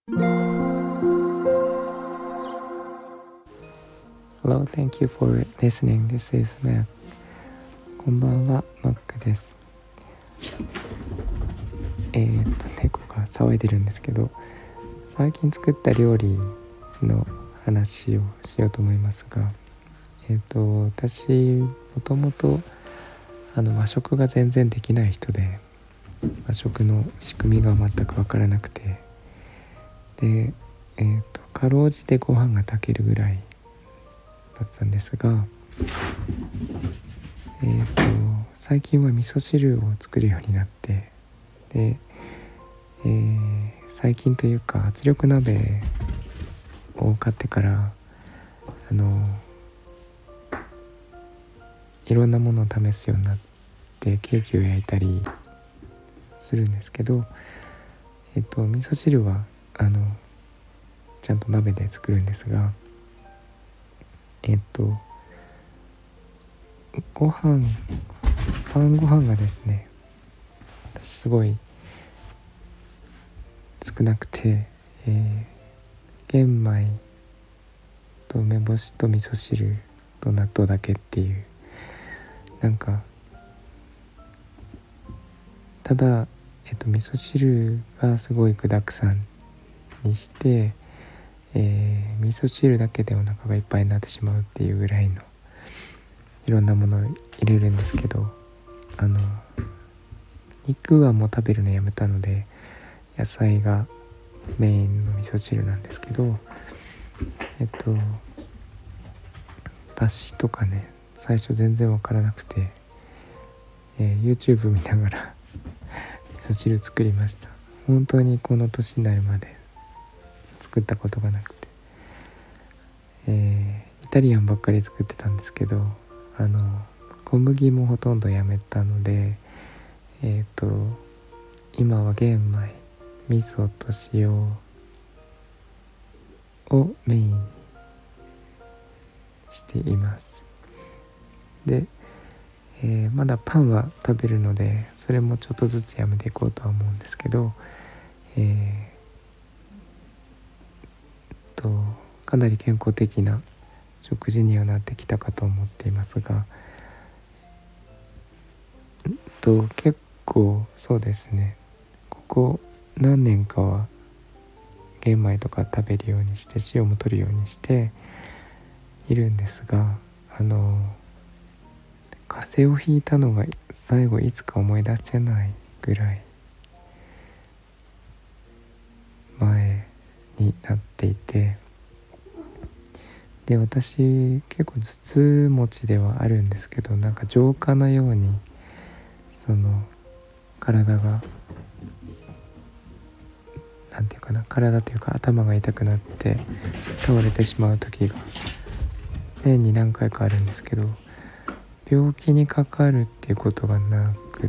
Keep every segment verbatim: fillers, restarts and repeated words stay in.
Hello, thank you for listening. This is Matt. こんばんは、マックです。えー、っと猫が騒いでるんですけど、最近作った料理の話をしようと思いますが、えー、っと私もともとあの和食が全然できない人で、和食の仕組みが全く分からなくて、で、えー、っとかろうじてご飯が炊けるぐらいだったんですが、えー、と最近は味噌汁を作るようになって、で、えー、最近というか圧力鍋を買ってからあのいろんなものを試すようになってケーキを焼いたりするんですけど、えー、と味噌汁はあのちゃんと鍋で作るんですが、えっ、とご飯晩ご飯がですね、すごい少なくて、えー、玄米と梅干しと味噌汁と納豆だけっていう、なんかただ、えっと、味噌汁がすごい具だくさんにして、えー、味噌汁だけでお腹がいっぱいになってしまうっていうぐらいのいろんなものを入れるんですけど、あの肉はもう食べるのやめたので野菜がメインの味噌汁なんですけど、えっとだしとかね、最初全然わからなくて、えー、YouTube 見ながら味噌汁作りました。本当にこの年になるまで作ったことがなくて、えー、イタリアンばっかり作ってたんですけど、あの小麦もほとんどやめたので、えっと今は玄米、味噌と塩をメインにしています。で、えー、まだパンは食べるので、それもちょっとずつやめていこうとは思うんですけど、えー、とかなり健康的な食事にはなってきたかと思っていますが、と結構そうですね、ここ何年かは玄米とか食べるようにして、塩も取るようにしているんですが、あの風邪をひいたのが最後いつか思い出せないぐらい前になっていて、で私結構頭痛持ちではあるんですけど、なんか浄化のようにその体がなんていうかな、体というか頭が痛くなって倒れてしまう時が年に何回かあるんですけど、病気にかかるっていうことがなくって、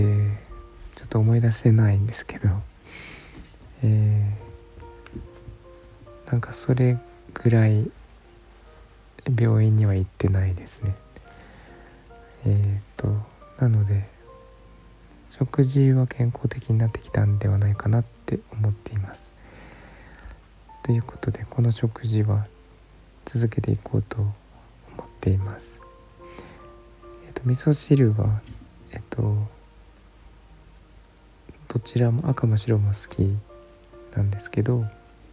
ちょっと思い出せないんですけど、えー、なんかそれぐらい病院には行ってないですね。えーとなので食事は健康的になってきたんではないかなって思っています。ということで、この食事は続けていこうと思っています。えっと味噌汁はえっとどちらも赤も白も好きなんですけど、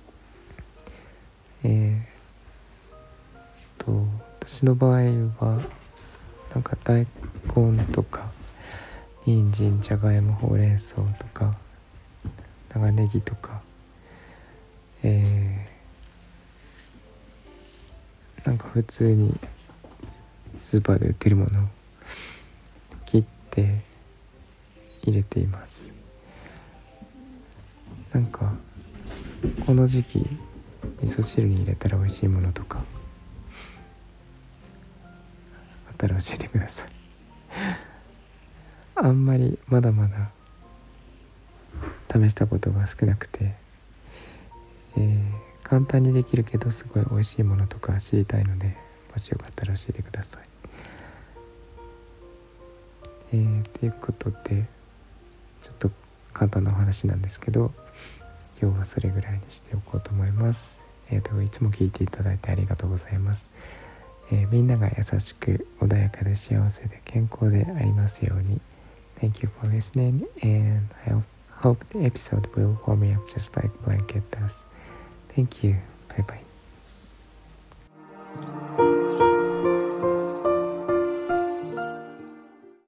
えー、と私の場合はなんか大根とか人参、じゃがいも、ほうれん草とか長ネギとか、えー、なんか普通にスーパーで売ってるものを切って入れています。なんかこの時期味噌汁に入れたら美味しいものとかあったら教えてください。あんまりまだまだ試したことが少なくて、えー、簡単にできるけどすごい美味しいものとか知りたいので、もしよかったら教えてください。えー、ということでちょっと簡単なお話なんですけど、 今日はそれぐらいにしておこうと思います。えっといつも聞いていただいてありがとうございます。えー、みんなが優しく穏やかで幸せで健康でありますように。 Thank you for listening, and I hope the episode will warm me up just like blanket does. Thank you.